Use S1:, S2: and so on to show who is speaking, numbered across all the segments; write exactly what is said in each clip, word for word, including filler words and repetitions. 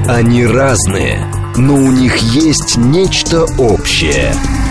S1: Они разные, но у них есть нечто общее.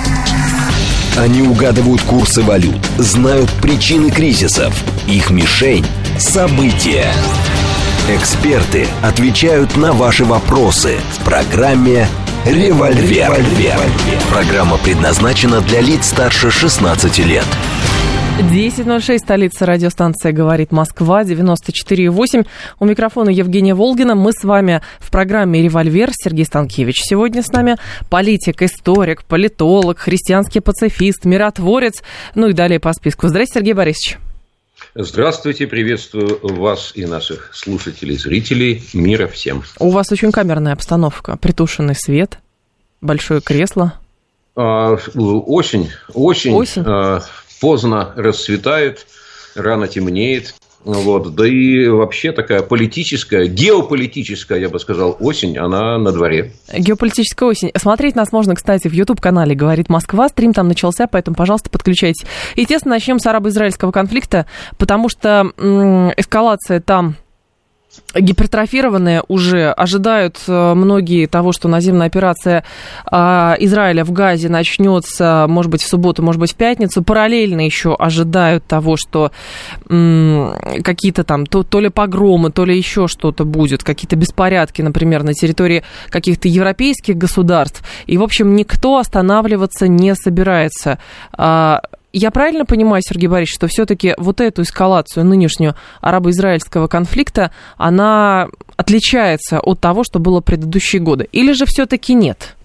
S1: Они угадывают курсы валют, знают причины кризисов. Их мишень – события. Эксперты отвечают на ваши вопросы в программе «Револьвер». Программа предназначена для лиц старше шестнадцати лет.
S2: десять ноль шесть, столица, радиостанция «Говорит Москва», девяносто четыре и восемь. У микрофона Евгения Волгина. Мы с вами в программе «Револьвер». Сергей Станкевич сегодня с нами. Политик, историк, политолог, христианский пацифист, миротворец. Ну и далее по списку. Здравствуйте, Сергей Борисович.
S3: Здравствуйте, приветствую вас и наших слушателей, зрителей. Мира всем. У
S2: вас очень камерная обстановка. Притушенный свет, большое кресло.
S3: А, осень. Осень. Осень. А, поздно расцветает, рано темнеет. Вот. Да и вообще такая политическая, геополитическая, я бы сказал, осень, она на дворе.
S2: Геополитическая осень. Смотреть нас можно, кстати, в YouTube-канале «Говорит Москва». Стрим там начался, поэтому, пожалуйста, подключайтесь. Естественно, начнем с арабо-израильского конфликта, потому что м- эскалация там гипертрофированные уже, ожидают многие того, что наземная операция Израиля в Газе начнется, может быть, в субботу, может быть, в пятницу. Параллельно еще ожидают того, что м- какие-то там то, то ли погромы, то ли еще что-то будет, какие-то беспорядки, например, на территории каких-то европейских государств. И, в общем, никто останавливаться не собирается. Я правильно понимаю, Сергей Борисович, что все-таки вот эту эскалацию нынешнюю арабо-израильского конфликта, она отличается от того, что было в предыдущие годы? Или же все-таки нет?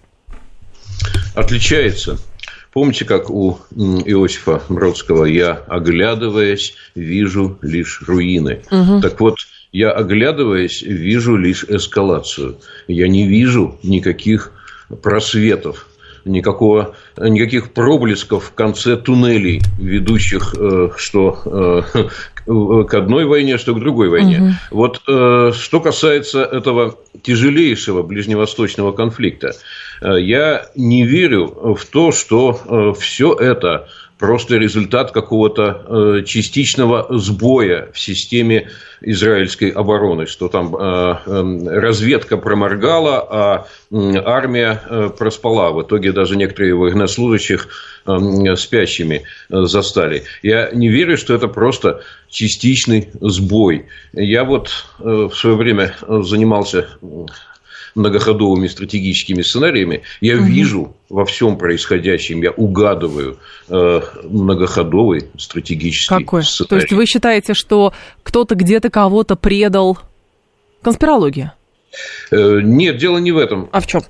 S3: Отличается. Помните, как у Иосифа Бродского «я, оглядываясь, вижу лишь руины». Угу. Так вот, я, оглядываясь, вижу лишь эскалацию. Я не вижу никаких просветов. Никакого, никаких проблесков в конце туннелей, ведущих э, что э, к одной войне, что к другой войне. Угу. Вот э, что касается этого тяжелейшего ближневосточного конфликта, э, я не верю в то, что э, все это просто результат какого-то э, частичного сбоя в системе израильской обороны, что там э, э, разведка проморгала, а э, армия э, проспала. В итоге даже некоторые военнослужащих э, спящими э, застали. Я не верю, что это просто частичный сбой. Я вот э, в свое время занимался многоходовыми стратегическими сценариями, я угу. вижу во всем происходящем, я угадываю э, многоходовый стратегический
S2: Какой?
S3: сценарий.
S2: То есть вы считаете, что кто-то где-то кого-то предал? Конспирология?
S3: Э, нет, дело не в этом.
S2: А в чем?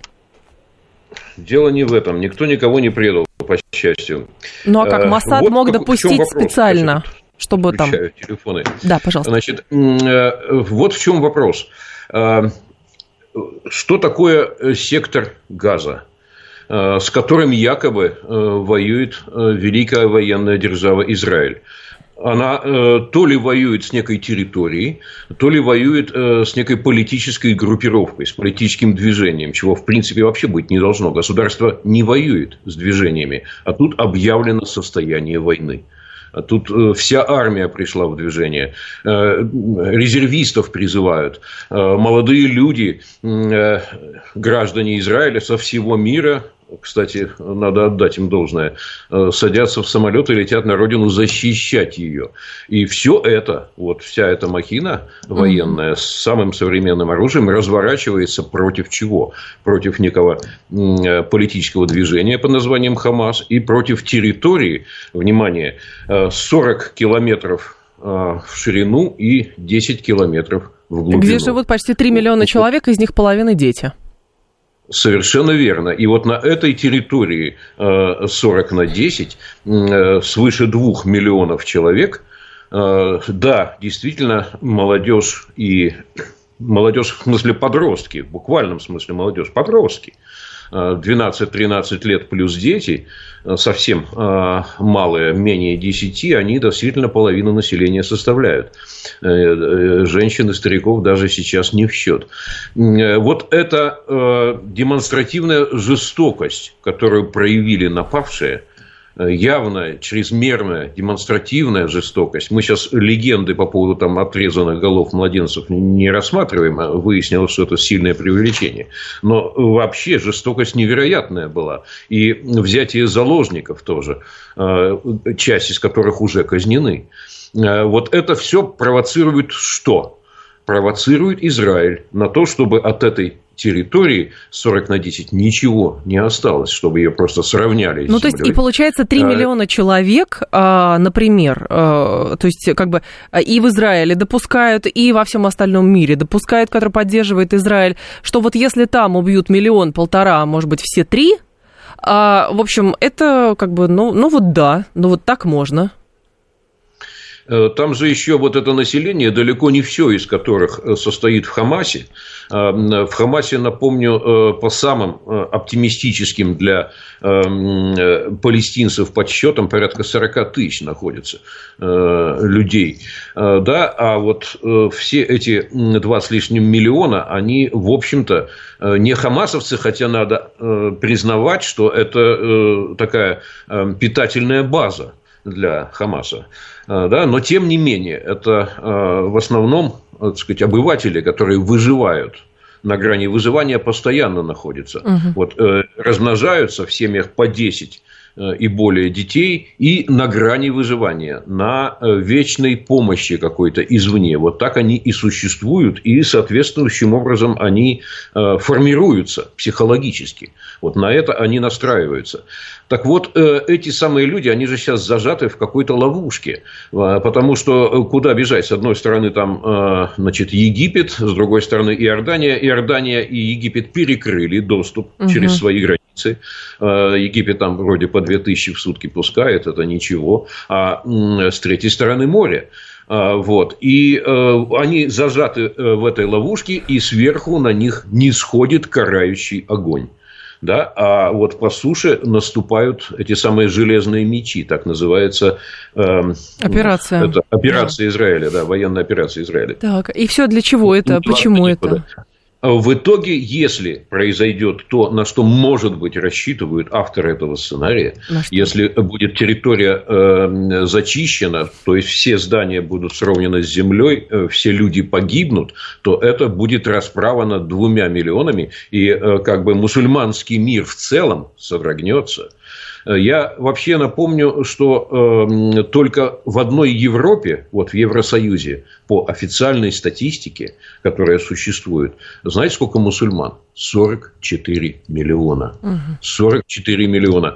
S3: Дело не в этом. Никто никого не предал, по счастью.
S2: Ну а как, Моссад вот мог допустить специально, Сейчас, чтобы там...
S3: телефоны.
S2: Да, пожалуйста.
S3: Значит, э, вот в чем вопрос. Что такое сектор Газа, с которым якобы воюет великая военная держава Израиль? Она то ли воюет с некой территорией, то ли воюет с некой политической группировкой, с политическим движением, чего в принципе вообще быть не должно. Государство не воюет с движениями, а тут объявлено состояние войны. Тут вся армия пришла в движение, резервистов призывают, молодые люди, граждане Израиля со всего мира, кстати, надо отдать им должное, садятся в самолет и летят на родину защищать ее. И все это, вот вся эта махина военная с самым современным оружием разворачивается против чего? Против некого политического движения под названием Хамас и против территории, внимание, сорок километров в ширину и десять километров в глубину.
S2: Где живут почти три миллиона человек, из них половина дети.
S3: Совершенно верно. И вот на этой территории сорок на десять, свыше двух миллионов человек, да, действительно, молодежь и... Молодежь в смысле подростки, в буквальном смысле молодежь, подростки. двенадцать-тринадцать лет плюс дети, совсем малые, менее десяти, они действительно половину населения составляют. Женщин и стариков даже сейчас не в счет. Вот эта демонстративная жестокость, которую проявили напавшие, явная, чрезмерная, демонстративная жестокость. Мы сейчас легенды по поводу там, отрезанных голов младенцев не рассматриваем, а выяснилось, что это сильное преувеличение. Но вообще жестокость невероятная была. И взятие заложников тоже, часть из которых уже казнены. Вот это все провоцирует что? Провоцирует Израиль на то, чтобы от этой территории сорок на десять ничего не осталось, чтобы ее просто сравняли с
S2: Ну, то есть, и получается, три миллиона человек, например, то есть, как бы и в Израиле допускают, и во всем остальном мире допускают, который поддерживает Израиль, что вот если там убьют миллион, полтора, может быть, все три, в общем, это как бы, ну, ну вот да, ну вот так можно.
S3: Там же еще вот это население, далеко не все из которых состоит в Хамасе. В Хамасе, напомню, по самым оптимистическим для палестинцев подсчетам порядка сорок тысяч находится людей. Да? А вот все эти два с лишним миллиона, они, в общем-то, не хамасовцы, хотя надо признавать, что это такая питательная база для Хамаса. Да, но, тем не менее, это в основном, так сказать, обыватели, которые выживают, на грани выживания постоянно находятся. Угу. Вот, размножаются в семьях по десять и более детей, и на грани выживания, на вечной помощи какой-то извне. Вот так они и существуют, и соответствующим образом они формируются психологически. Вот на это они настраиваются. Так вот, эти самые люди, они же сейчас зажаты в какой-то ловушке, потому что куда бежать? С одной стороны, там, значит, Египет, с другой стороны, Иордания. Иордания и Египет перекрыли доступ угу. через свои границы. Египет там вроде по две тысячи в сутки пускает, это ничего. А с третьей стороны море. Вот. И они зажаты в этой ловушке, и сверху на них нисходит карающий огонь. Да? А вот по суше наступают эти самые железные мечи, так называется э,
S2: операция,
S3: это, операция да. Израиля, да, военная операция Израиля.
S2: Так, и все для чего это? Ну, почему это?
S3: В итоге, если произойдет то, на что, может быть, рассчитывают авторы этого сценария, если будет территория э, зачищена, то есть все здания будут сравнены с землей, э, все люди погибнут, то это будет расправа над двумя миллионами, и э, как бы мусульманский мир в целом содрогнется. Я вообще напомню, что э, только в одной Европе, вот в Евросоюзе, по официальной статистике, которая существует, знаете, сколько мусульман? сорок четыре миллиона. сорок четыре миллиона.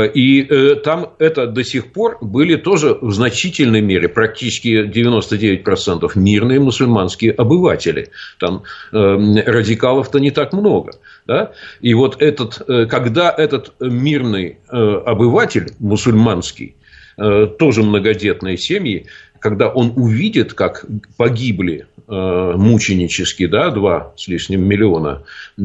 S3: И э, там это до сих пор были тоже в значительной мере, практически девяносто девять процентов мирные мусульманские обыватели. Там э, радикалов-то не так много. Да? И вот этот, когда этот мирный обыватель мусульманский, тоже многодетные семьи, когда он увидит, как погибли мученически, да, два с лишним миллиона,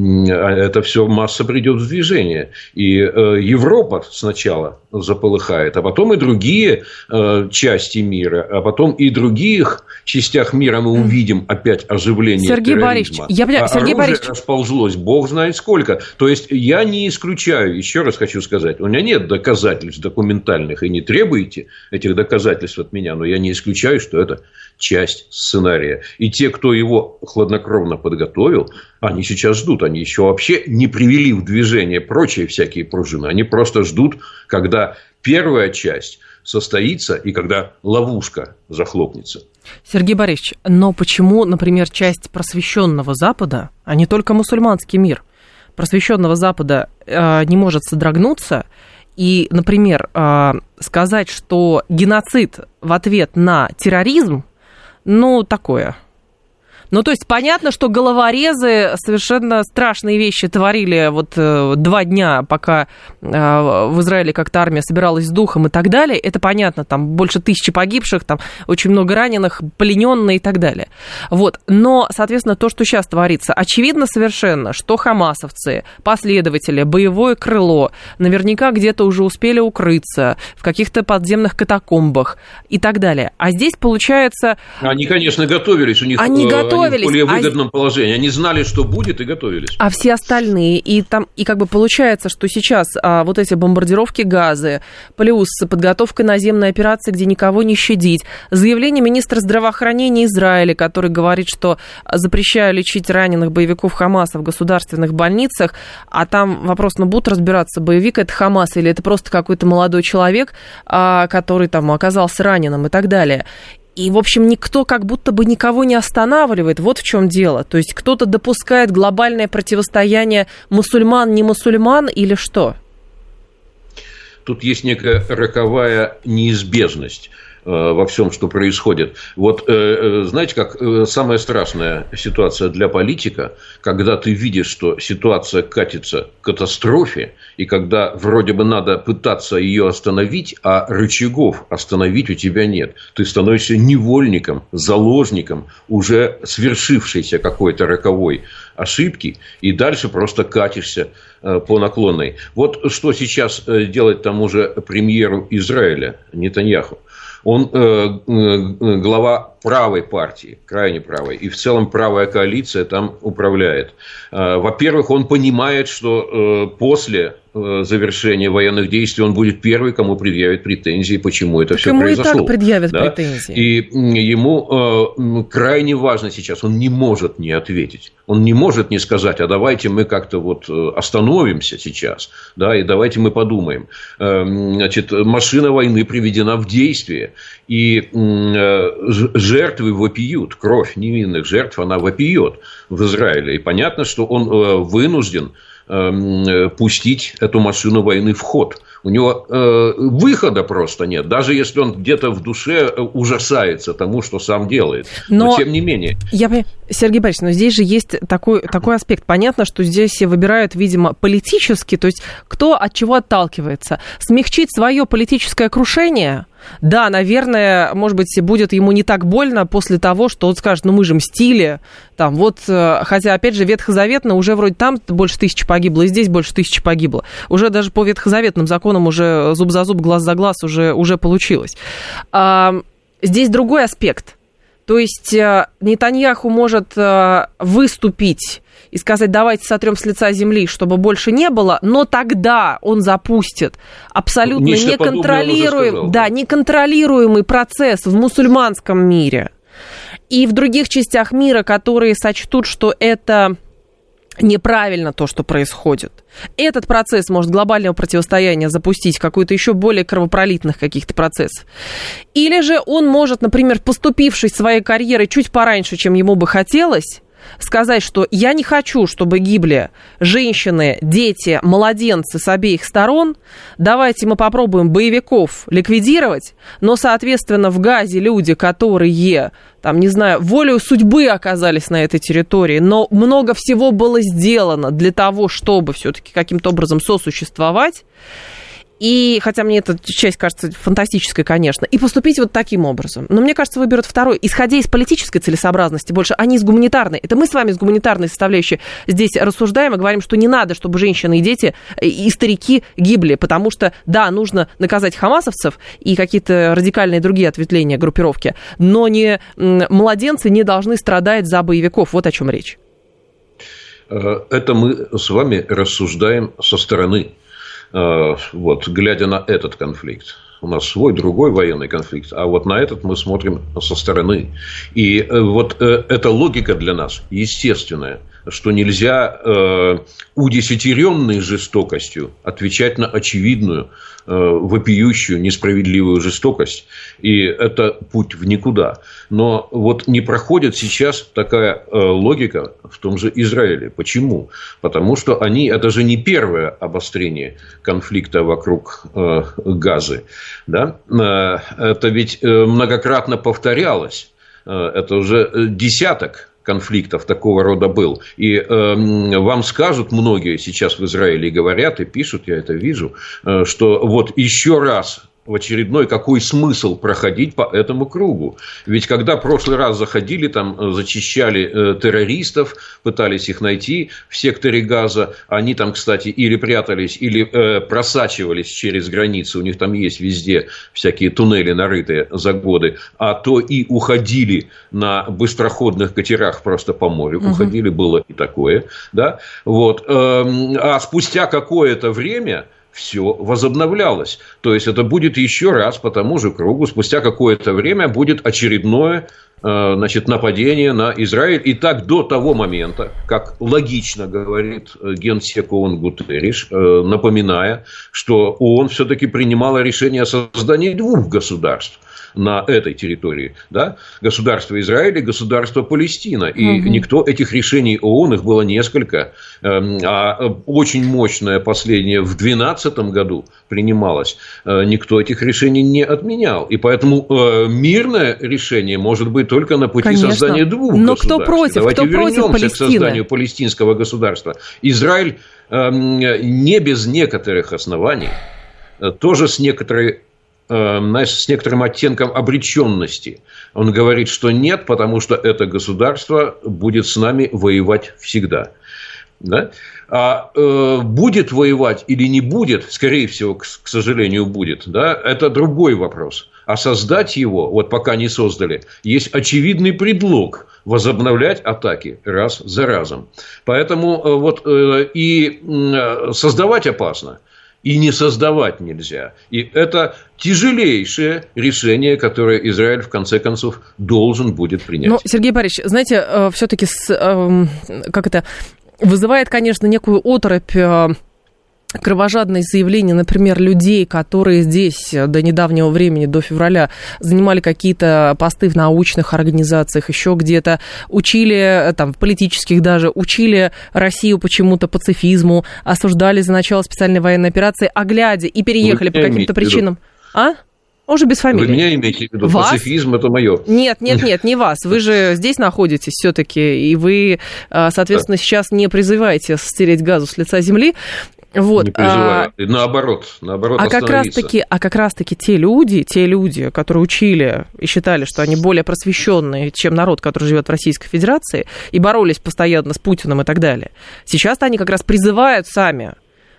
S3: это все масса придет в движение. И Европа сначала заполыхает, а потом и другие части мира, а потом и в других частях мира мы увидим опять оживление
S2: Сергей
S3: терроризма.
S2: Борисович, я понимаю,
S3: а
S2: Сергей
S3: оружие
S2: Борисович...
S3: расползлось, бог знает сколько. То есть, я не исключаю, еще раз хочу сказать, у меня нет доказательств документальных, и не требуйте этих доказательств от меня, но я не исключаю, что это часть сценария. И те, кто его хладнокровно подготовил, они сейчас ждут. Они еще вообще не привели в движение прочие всякие пружины. Они просто ждут, когда первая часть состоится и когда ловушка захлопнется.
S2: Сергей Борисович, но почему, например, часть просвещенного Запада, а не только мусульманский мир, просвещенного Запада э, не может содрогнуться и, например, э, сказать, что геноцид в ответ на терроризм, ну, такое. Ну, то есть, понятно, что головорезы совершенно страшные вещи творили вот э, два дня, пока э, в Израиле как-то армия собиралась с духом и так далее. Это понятно, там больше тысячи погибших, там очень много раненых, плененные и так далее. Вот. Но, соответственно, то, что сейчас творится, очевидно совершенно, что хамасовцы, последователи, боевое крыло, наверняка где-то уже успели укрыться в каких-то подземных катакомбах и так далее. А здесь, получается...
S3: Они, конечно, готовились. У них
S2: они готовились. готовились.
S3: Они в более выгодном а... положении. Они знали, что будет, и готовились.
S2: А все остальные, и там, и как бы получается, что сейчас а, вот эти бомбардировки Газы, плюс подготовка наземной операции, где никого не щадить, заявление министра здравоохранения Израиля, который говорит, что запрещаю лечить раненых боевиков Хамаса в государственных больницах, а там вопрос, ну, будут разбираться, боевик это Хамас или это просто какой-то молодой человек, а, который там оказался раненым и так далее. И, в общем, никто как будто бы никого не останавливает. Вот в чем дело. То есть кто-то допускает глобальное противостояние мусульман-не мусульман или что?
S3: Тут есть некая роковая неизбежность во всем, что происходит. Вот, знаете, как самая страшная ситуация для политика, когда ты видишь, что ситуация катится к катастрофе, и когда вроде бы надо пытаться ее остановить, а рычагов остановить у тебя нет. Ты становишься невольником, заложником уже свершившейся какой-то роковой ошибки, и дальше просто катишься по наклонной. Вот что сейчас делать тому же премьеру Израиля Нетаньяху. Он э, э, глава правой партии, крайне правой, и в целом правая коалиция там управляет. Э, во-первых, он понимает, что э, после э, завершения военных действий он будет первый, кому предъявит претензии, почему это так все произошло. Ему и так
S2: предъявят, да? Претензии.
S3: И ему э, крайне важно сейчас, он не может не ответить. Он не может не сказать, а давайте мы как-то вот остановимся сейчас, да, и давайте мы подумаем. Э, значит, машина войны приведена в действие. И э, жертвы вопиют, кровь невинных жертв, она вопиет в Израиле. И понятно, что он э, вынужден э, пустить эту машину войны в ход. У него э, выхода просто нет, даже если он где-то в душе ужасается тому, что сам делает. Но, но тем не менее.
S2: Я понимаю, Сергей Борисович, но здесь же есть такой, такой аспект. Понятно, что здесь все выбирают, видимо, политически, то есть кто от чего отталкивается. Смягчить свое политическое крушение. Да, наверное, может быть, будет ему не так больно после того, что он скажет, ну мы же мстили, там, вот, хотя, опять же, ветхозаветно уже вроде там больше тысячи погибло, и здесь больше тысячи погибло. Уже даже по ветхозаветным законам уже зуб за зуб, глаз за глаз уже, уже получилось. А, здесь другой аспект. То есть Нетаньяху может выступить и сказать, давайте сотрем с лица земли, чтобы больше не было, но тогда он запустит абсолютно неконтролируемый, да, неконтролируемый процесс в мусульманском мире. И в других частях мира, которые сочтут, что это неправильно то, что происходит. Этот процесс может глобального противостояния запустить, какой-то еще более кровопролитных каких-то процессов. Или же он может, например, поступившись своей карьерой чуть пораньше, чем ему бы хотелось, сказать, что я не хочу, чтобы гибли женщины, дети, младенцы с обеих сторон. Давайте мы попробуем боевиков ликвидировать, но, соответственно, в Газе люди, которые, там, не знаю, волею судьбы оказались на этой территории, но много всего было сделано для того, чтобы все-таки каким-то образом сосуществовать. И, хотя мне эта часть кажется фантастической, конечно, и поступить вот таким образом. Но мне кажется, выберут второй, исходя из политической целесообразности больше, а не из гуманитарной. Это мы с вами с гуманитарной составляющей здесь рассуждаем и говорим, что не надо, чтобы женщины и дети, и старики гибли, потому что, да, нужно наказать хамасовцев и какие-то радикальные другие ответвления группировки, но не, младенцы не должны страдать за боевиков. Вот о чем речь.
S3: Это мы с вами рассуждаем со стороны. Вот, глядя на этот конфликт. У нас свой другой военный конфликт, а вот на этот мы смотрим со стороны. И вот эта логика для нас естественная, что нельзя э, удесятеренной жестокостью отвечать на очевидную, э, вопиющую, несправедливую жестокость. И это путь в никуда. Но вот не проходит сейчас такая э, логика в том же Израиле. Почему? Потому что они, это же не первое обострение конфликта вокруг э, Газы. Да? Э, это ведь э, многократно повторялось. Э, это уже десяток конфликтов такого рода был. И э, вам скажут многие сейчас в Израиле, говорят и пишут, я это вижу, э, что вот еще раз в очередной, какой смысл проходить по этому кругу. Ведь когда в прошлый раз заходили, там зачищали э, террористов, пытались их найти в секторе Газа, они там, кстати, или прятались, или э, просачивались через границу, у них там есть везде всякие туннели, нарытые за годы, а то и уходили на быстроходных катерах просто по морю, угу. уходили, было и такое, да, вот, э, а спустя какое-то время все возобновлялось. То есть, это будет еще раз по тому же кругу. Спустя какое-то время будет очередное значит, нападение на Израиль. И так до того момента, как логично говорит генсек ООН Гутерриш, напоминая, что ООН все-таки принимала решение о создании двух государств на этой территории, да? Государство Израиль и государство Палестина. И угу. никто этих решений ООН, их было несколько, а очень мощное последнее в две тысячи двенадцатом году принималось, никто этих решений не отменял. И поэтому мирное решение может быть только на пути Конечно. создания двух
S2: Но
S3: государств.
S2: Кто против?
S3: Давайте
S2: кто
S3: вернемся
S2: против Палестины?
S3: к созданию палестинского государства. Израиль не без некоторых оснований, тоже с некоторой с некоторым оттенком обреченности. Он говорит, что нет, потому что это государство будет с нами воевать всегда. Да? А э, будет воевать или не будет, скорее всего, к, к сожалению, будет, да, это другой вопрос. А создать его, вот пока не создали, есть очевидный предлог возобновлять атаки раз за разом. Поэтому э, вот э, и э, создавать опасно. И не создавать нельзя. И это тяжелейшее решение, которое Израиль, в конце концов, должен будет принять.
S2: Ну, Сергей Борисович, знаете, все-таки как это вызывает, конечно, некую оторопь кровожадные заявления, например, людей, которые здесь до недавнего времени, до февраля, занимали какие-то посты в научных организациях, еще где-то, учили, там, в политических даже, учили Россию почему-то пацифизму, осуждали за начало специальной военной операции, а глядя и переехали по каким-то причинам. А? Уже без фамилии.
S3: Вы меня имеете в виду?
S2: Вас?
S3: Пацифизм – это мое.
S2: Нет, нет, нет, не вас. Вы же здесь находитесь все-таки, и вы, соответственно, сейчас не призываете стереть Газу с лица земли. Вот.
S3: Не призываю. А, наоборот, наоборот,
S2: а как раз таки, а как раз таки те люди, те люди, которые учили и считали, что они более просвещенные, чем народ, который живет в Российской Федерации, и боролись постоянно с Путиным и так далее, сейчас они как раз призывают сами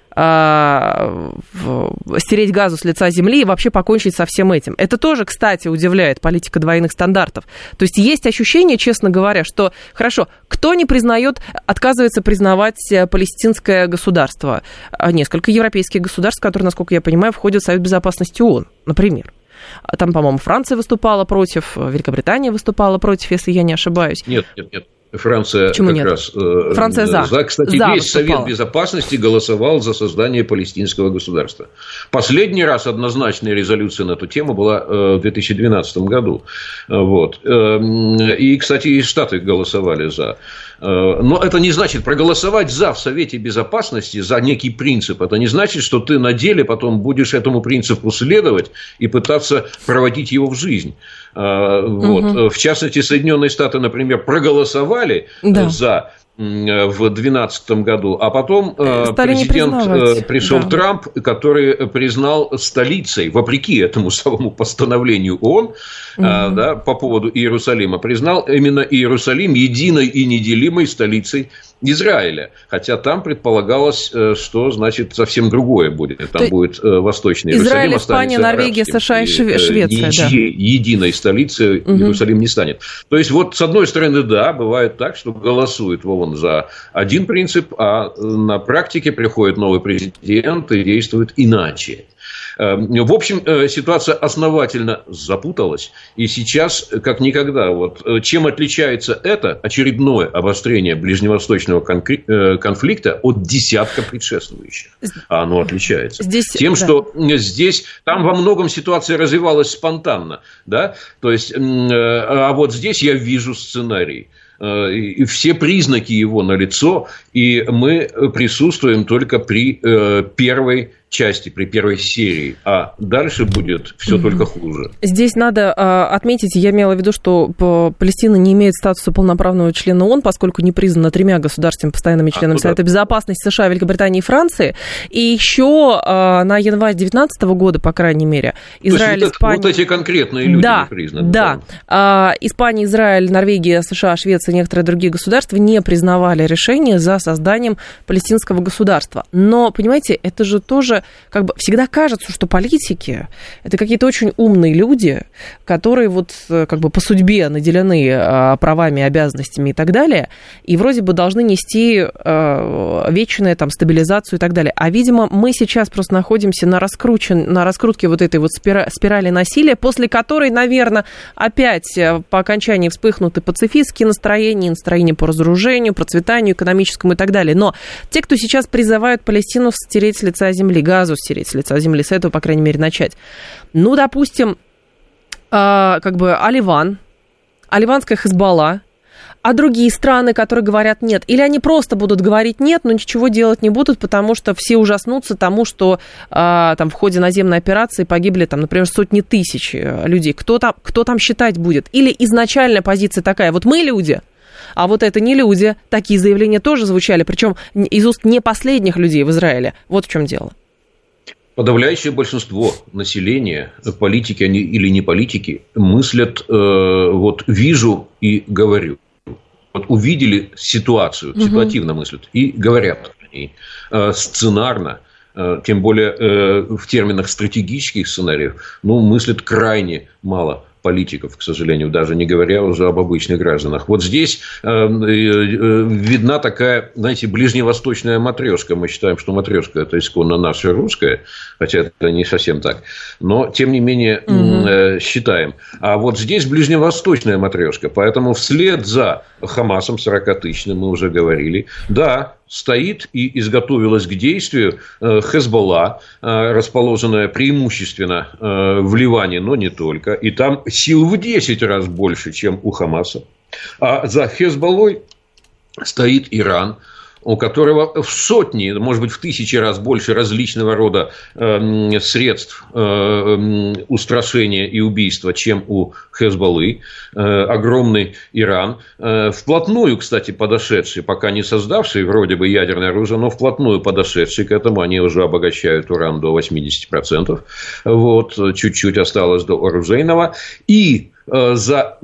S2: а, в, стереть Газу с лица земли и вообще покончить со всем этим. Это тоже, кстати, удивляет, политика двойных стандартов. То есть есть ощущение, честно говоря, что, хорошо, кто не признает, отказывается признавать палестинское государство? Несколько европейских государств, которые, насколько я понимаю, входят в Совет Безопасности ООН, например. Там, по-моему, Франция выступала против, Великобритания выступала против, если я не ошибаюсь.
S3: Нет, нет, нет. Франция
S2: Почему
S3: как
S2: нет?
S3: раз
S2: Франция за.
S3: за. Кстати,
S2: за
S3: весь
S2: выступала.
S3: Совет Безопасности голосовал за создание палестинского государства. Последний раз однозначная резолюция на эту тему была в две тысячи двенадцатом году. Вот. И, кстати, и Штаты голосовали за. Но это не значит, проголосовать за в Совете Безопасности, за некий принцип, это не значит, что ты на деле потом будешь этому принципу следовать и пытаться проводить его в жизнь. Вот. Угу. В частности, Соединенные Штаты, например, проголосовали да. за в две тысячи двенадцатом году, а потом Стали президент пришел да. Трамп, который признал столицей, вопреки этому самому постановлению ООН угу. да, по поводу Иерусалима, признал именно Иерусалим единой и неделимой столицей Израиля. Хотя там предполагалось, что, значит, совсем другое будет. Там То будет Восточный Иерусалим.
S2: Израиль, Испания, Норвегия, США и Швеция. Да.
S3: Единой столицей угу. Иерусалим не станет. То есть, вот с одной стороны, да, бывает так, что голосуют в ООН за один принцип, а на практике приходит новый президент и действует иначе. В общем, ситуация основательно запуталась. И сейчас, как никогда, вот, чем отличается это очередное обострение ближневосточного конфликта от десятка предшествующих? А оно отличается. Здесь, Тем, да. что здесь, там во многом ситуация развивалась спонтанно. Да? То есть, а вот здесь я вижу сценарий. И все признаки его налицо, и мы присутствуем только при первой части, при первой серии, а дальше будет все mm-hmm. только хуже.
S2: Здесь надо а, отметить, я имела в виду, что Палестина не имеет статуса полноправного члена ООН, поскольку не признана тремя государствами, постоянными членами а, Совета да. Безопасности США, Великобритании и Франции. И еще а, на январь две тысячи девятнадцатого года, по крайней мере, Израиль,
S3: вот
S2: Испания...
S3: Вот эти конкретные люди
S2: да,
S3: не признаны.
S2: Да, да. А, Испания, Израиль, Норвегия, США, Швеция и некоторые другие государства не признавали решение за созданием палестинского государства. Но, понимаете, это же тоже как бы всегда кажется, что политики – это какие-то очень умные люди, которые вот как бы по судьбе наделены правами, обязанностями и так далее, и вроде бы должны нести вечную там стабилизацию и так далее. А, видимо, мы сейчас просто находимся на, раскручен, на раскрутке вот этой вот спирали насилия, после которой, наверное, опять по окончании вспыхнут и пацифистские настроения, и настроения по разоружению, процветанию экономическому и так далее. Но те, кто сейчас призывают Палестину стереть с лица земли, Газу стереть с лица земли, с этого, по крайней мере, начать. Ну, допустим, э, как бы Аливан, Аливанская Хезболла, а другие страны, которые говорят нет, или они просто будут говорить нет, но ничего делать не будут, потому что все ужаснутся тому, что э, там в ходе наземной операции погибли, там, например, сотни тысяч людей. Кто там, кто там считать будет? Или изначальная позиция такая, вот мы люди, а вот это не люди. Такие заявления тоже звучали, причем из уст не последних людей в Израиле. Вот в чем дело.
S3: Подавляющее большинство населения, политики они или не политики, мыслят э, вот вижу и говорю. Вот увидели ситуацию, угу. ситуативно мыслят и говорят о ней э, сценарно. Э, тем более э, в терминах стратегических сценариев, ну, мыслят крайне мало политиков, к сожалению, даже не говоря уже об обычных гражданах. Вот здесь э, э, видна такая, знаете, ближневосточная матрешка. Мы считаем, что матрешка – это исконно наша русская, хотя это не совсем так. Но, тем не менее, угу. э, считаем. А вот здесь ближневосточная матрешка. Поэтому вслед за Хамасом сорокатысячным, мы уже говорили, да, стоит и изготовилась к действию Хезболла, расположенная преимущественно в Ливане, но не только. И там сил в десять раз больше, чем у Хамаса. А за Хезболлой стоит Иран, у которого в сотни, может быть, в тысячи раз больше различного рода э, средств э, устрашения и убийства, чем у Хезболлы. Э, огромный Иран, э, вплотную, кстати, подошедший, пока не создавший вроде бы ядерное оружие, но вплотную подошедший к этому, они уже обогащают уран до восемьдесят процентов. Вот, чуть-чуть осталось до оружейного. И за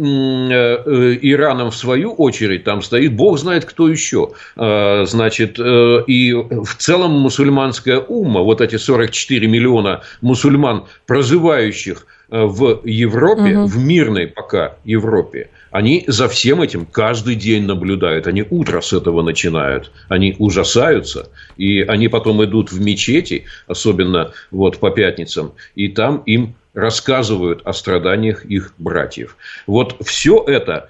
S3: Ираном, в свою очередь, там стоит бог знает кто еще. Значит, и в целом мусульманская умма, вот эти сорок четыре миллиона мусульман, проживающих в Европе, угу. в мирной пока Европе, они за всем этим каждый день наблюдают. Они утро с этого начинают. Они ужасаются. И они потом идут в мечети, особенно вот по пятницам, и там им рассказывают о страданиях их братьев. Вот все это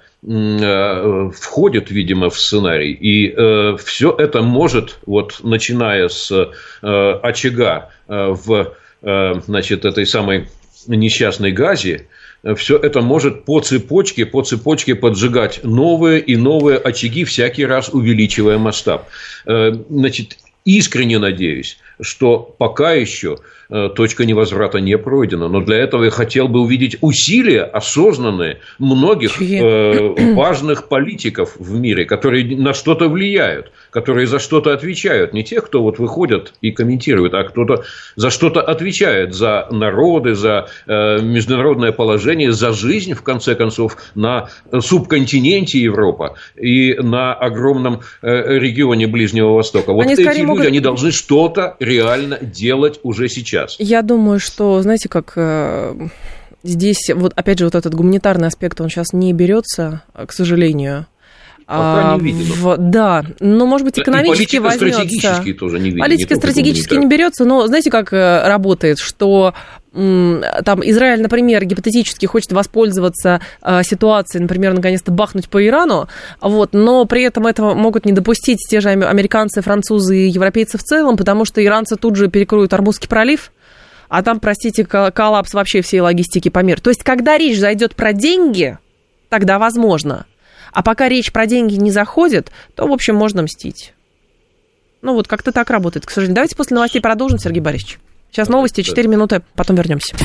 S3: э, входит, видимо, в сценарий. И э, все это может, вот, начиная с э, очага э, в э, значит, этой самой несчастной Газе, все это может по цепочке, по цепочке поджигать новые и новые очаги, всякий раз увеличивая масштаб. Э, значит, искренне надеюсь, что пока еще точка невозврата не пройдена. Но для этого я хотел бы увидеть усилия осознанные многих э, важных политиков в мире, которые на что-то влияют, которые за что-то отвечают. Не тех, кто вот выходят и комментируют, а кто-то за что-то отвечает. За народы, за э, международное положение, за жизнь, в конце концов, на субконтиненте Европа и на огромном э, регионе Ближнего Востока. Вот они эти люди, могут... они должны что-то реально делать уже сейчас.
S2: Я думаю, что, знаете, как э, здесь, вот опять же, вот этот гуманитарный аспект, он сейчас не берется, к сожалению.
S3: Пока а, не видно. В,
S2: да, но, может быть, экономически возьмется.
S3: Политико-стратегически тоже не видно.
S2: Политико-стратегически не берется, но знаете, как работает, что там Израиль, например, гипотетически хочет воспользоваться э, ситуацией, например, наконец-то бахнуть по Ирану, вот, но при этом этого могут не допустить те же американцы, французы и европейцы в целом, потому что иранцы тут же перекроют Ормузский пролив, а там, простите, коллапс вообще всей логистики по миру. То есть, когда речь зайдет про деньги, тогда возможно. А пока речь про деньги не заходит, то, в общем, можно мстить. Ну, вот как-то так работает, к сожалению. Давайте после новостей продолжим, Сергей Борисович. Сейчас новости, четыре минуты, потом вернемся.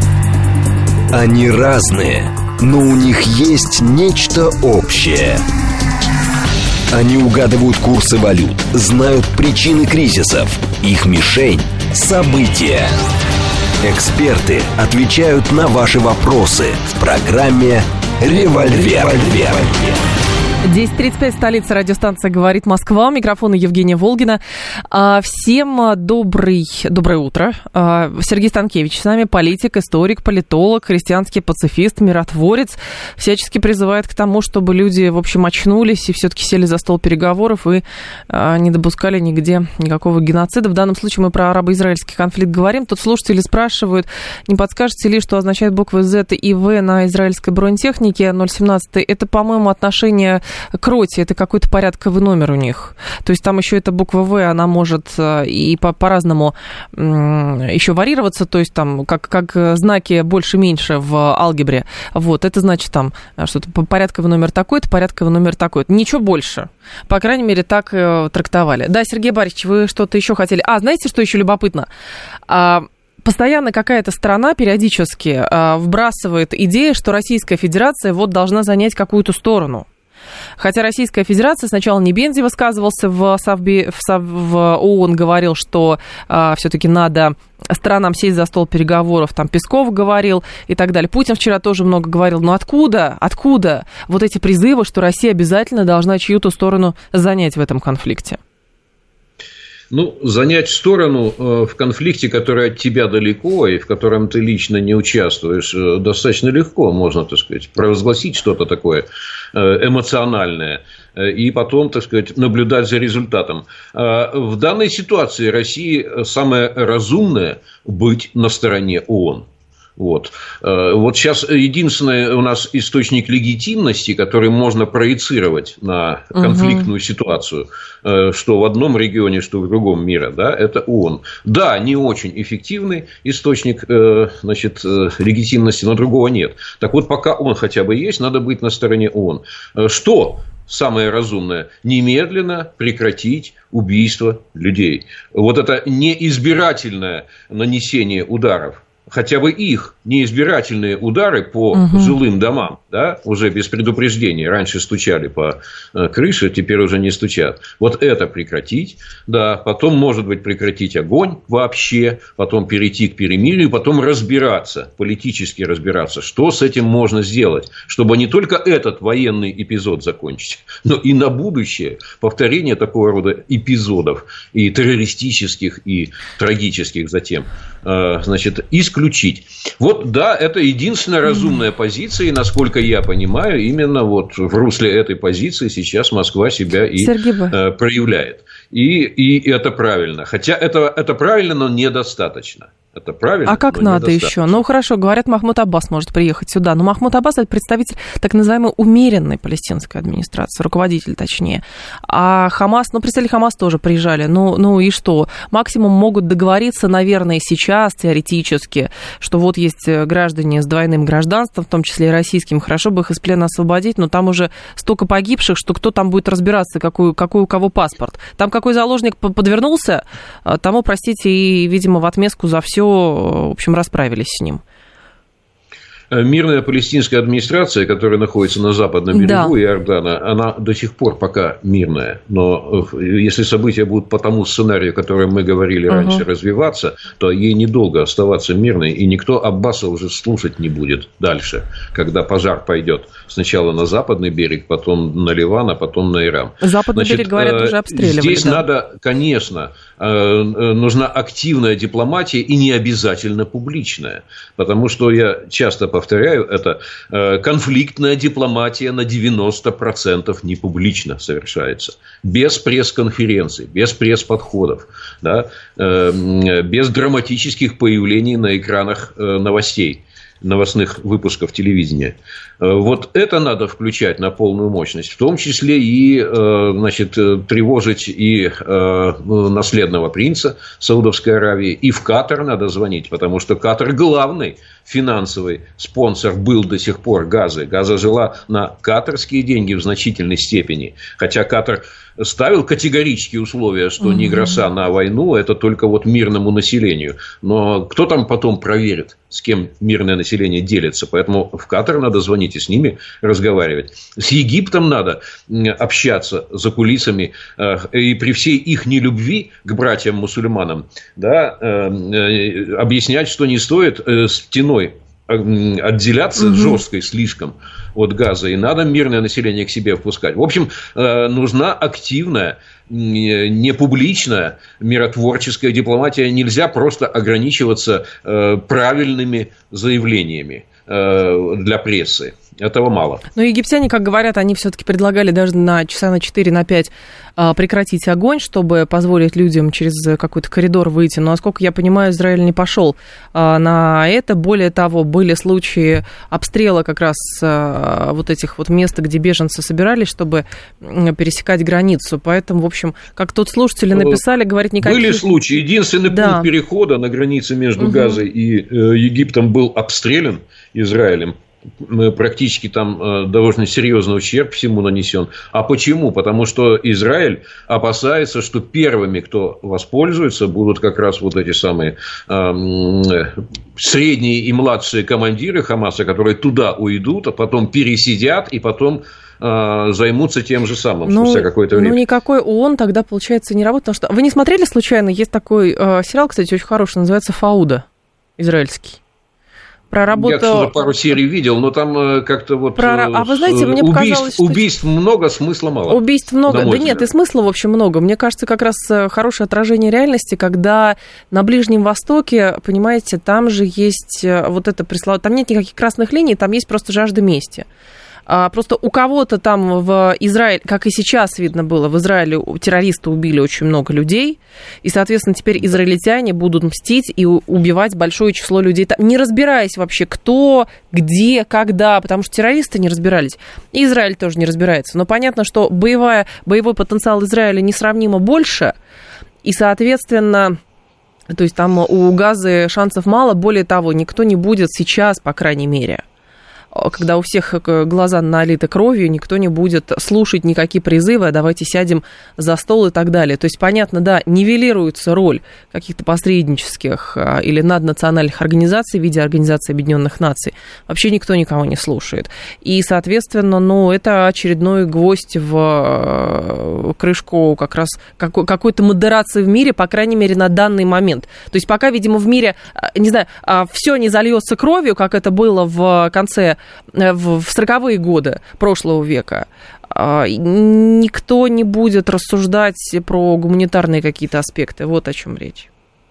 S1: Они разные, но у них есть нечто общее. Они угадывают курсы валют, знают причины кризисов. Их мишень – события. Эксперты отвечают на ваши вопросы в программе «Револьвер».
S2: десять тридцать пять, столица, радиостанция «Говорит Москва». У микрофона Евгения Волгина. Всем добрый, доброе утро. Сергей Станкевич с нами, политик, историк, политолог, христианский пацифист, миротворец. Всячески призывает к тому, чтобы люди, в общем, очнулись и все-таки сели за стол переговоров и не допускали нигде никакого геноцида. В данном случае мы про арабо-израильский конфликт говорим. Тут слушатели спрашивают, не подскажете ли, что означают буквы Z и V на израильской бронетехнике ноль семнадцать? Это, по-моему, отношение к роте, это какой-то порядковый номер у них. То есть там еще эта буква В, она может и по- по-разному еще варьироваться, то есть там как, как знаки больше-меньше в алгебре. Вот, это значит там что-то порядковый номер такой-то, порядковый номер такой-то. Ничего больше. По крайней мере, так трактовали. Да, Сергей Борисович, вы что-то еще хотели? А, знаете, что еще любопытно? Постоянно какая-то страна периодически вбрасывает идею, что Российская Федерация вот должна занять какую-то сторону. Хотя Российская Федерация, сначала Небензи высказывался в, Совбе, в, Сов, в ООН, говорил, что а, все-таки надо странам сесть за стол переговоров, там Песков говорил и так далее. Путин вчера тоже много говорил, но откуда, откуда вот эти призывы, что Россия обязательно должна чью-то сторону занять в этом конфликте?
S3: Ну, занять сторону э, в конфликте, который от тебя далеко, и в котором ты лично не участвуешь, э, достаточно легко, можно, так сказать, провозгласить что-то такое э, эмоциональное, э, и потом, так сказать, наблюдать за результатом. Э, в данной ситуации России самое разумное быть на стороне ООН. Вот. Вот сейчас единственный у нас источник легитимности, который можно проецировать на конфликтную угу. ситуацию, что в одном регионе, что в другом мира, да, это ООН. Да, не очень эффективный источник, значит, легитимности, но другого нет. Так вот, пока он хотя бы есть, надо быть на стороне ООН. Что самое разумное? Немедленно прекратить убийство людей. Вот это неизбирательное нанесение ударов, хотя бы их неизбирательные удары по угу. жилым домам, да, уже без предупреждения. Раньше стучали по крыше, теперь уже не стучат. Вот это прекратить, да, потом, может быть, прекратить огонь вообще, потом перейти к перемирию, потом разбираться, политически разбираться, что с этим можно сделать, чтобы не только этот военный эпизод закончить, но и на будущее повторение такого рода эпизодов, и террористических, и трагических затем, значит, исключить. Вот, да, это единственная разумная позиция, и, насколько я понимаю, именно вот в русле этой позиции сейчас Москва себя и э, проявляет. И, и это правильно. Хотя это, это правильно, но недостаточно. Это правильно.
S2: А как надо еще? Ну, хорошо, говорят, Махмуд Аббас может приехать сюда. Но Махмуд Аббас – это представитель так называемой умеренной палестинской администрации, руководитель точнее. А Хамас, ну, представители Хамас тоже приезжали. Ну, ну и что? Максимум могут договориться, наверное, сейчас теоретически, что вот есть граждане с двойным гражданством, в том числе и российским. Хорошо бы их из плена освободить, но там уже столько погибших, что кто там будет разбираться, какой, какой у кого паспорт. Там какой заложник подвернулся, тому, простите, и, видимо, в отместку за все, в общем, расправились с ним.
S3: Мирная палестинская администрация, которая находится на западном берегу да. Иордана, она до сих пор пока мирная. Но если события будут по тому сценарию, о котором мы говорили uh-huh. раньше, развиваться, то ей недолго оставаться мирной. И никто Аббаса уже слушать не будет дальше, когда пожар пойдет сначала на западный берег, потом на Ливан, а потом на Иран.
S2: Западный Значит, берег, говорят, уже обстреливали.
S3: Здесь
S2: да.
S3: надо, конечно, нужна активная дипломатия и не обязательно публичная. Потому что я часто повторяю, повторяю, это конфликтная дипломатия на девяносто процентов не публично совершается. Без пресс-конференций, без пресс-подходов, да, без драматических появлений на экранах новостей. новостных выпусков телевидения. Вот это надо включать на полную мощность, в том числе и, значит, тревожить и наследного принца Саудовской Аравии, и в Катар надо звонить, потому что Катар главный финансовый спонсор был до сих пор Газы. Газа жила на катарские деньги в значительной степени, хотя Катар ставил категорические условия, что угу. ни гроша на войну, это только вот мирному населению. Но кто там потом проверит, с кем мирное население делится? Поэтому в Катар надо звонить и с ними разговаривать. С Египтом надо общаться за кулисами. И при всей их нелюбви к братьям-мусульманам, да, объяснять, что не стоит стеной отделяться угу. жесткой слишком от Газа, и надо мирное население к себе впускать. В общем, нужна активная, не публичная миротворческая дипломатия. Нельзя просто ограничиваться правильными заявлениями для прессы. Этого мало.
S2: Но египтяне, как говорят, они все-таки предлагали даже на часа на четыре, на пять прекратить огонь, чтобы позволить людям через какой-то коридор выйти. Но, насколько я понимаю, Израиль не пошел на это. Более того, были случаи обстрела как раз вот этих вот мест, где беженцы собирались, чтобы пересекать границу. Поэтому, в общем, как тут слушатели написали, говорит, никаких...
S3: Были случаи. Единственный да. пункт перехода на границе между угу. Газой и Египтом был обстрелян Израилем. Практически там довольно серьезный ущерб всему нанесен. А почему? Потому что Израиль опасается, что первыми, кто воспользуется, будут как раз вот эти самые э, средние и младшие командиры Хамаса, которые туда уйдут, а потом пересидят и потом э, займутся тем же самым
S2: ну,
S3: спустя какое-то время.
S2: Ну, никакой ООН тогда, получается, не работает. Потому что... Вы не смотрели случайно? Есть такой э, сериал, кстати, очень хороший, называется «Фауда», израильский. Про работу...
S3: Я что-то пару серий видел, но там как-то вот...
S2: Про... А вы знаете, мне
S3: убийств,
S2: показалось, что...
S3: Убийств много, смысла мало.
S2: Убийств много. Да нет, и смысла, в общем, много. Мне кажется, как раз хорошее отражение реальности, когда на Ближнем Востоке, понимаете, там же есть вот это пресловутое... Там нет никаких красных линий, там есть просто жажда мести. Просто у кого-то там в Израиле, как и сейчас видно было, в Израиле террористы убили очень много людей, и, соответственно, теперь израильтяне будут мстить и убивать большое число людей, не разбираясь вообще, кто, где, когда, потому что террористы не разбирались, и Израиль тоже не разбирается. Но понятно, что боевая, боевой потенциал Израиля несравнимо больше, и, соответственно... То есть там у Газы шансов мало, более того, никто не будет сейчас, по крайней мере... когда у всех глаза налиты кровью, никто не будет слушать никакие призывы, а давайте сядем за стол и так далее. То есть, понятно, да, нивелируется роль каких-то посреднических или наднациональных организаций в виде Организации Объединенных Наций. Вообще никто никого не слушает. И, соответственно, ну, это очередной гвоздь в крышку как раз какой-то модерации в мире, по крайней мере, на данный момент. То есть, пока, видимо, в мире, не знаю, все не зальется кровью, как это было в конце в сороковые годы прошлого века, никто не будет рассуждать про гуманитарные какие-то аспекты. Вот о чем речь.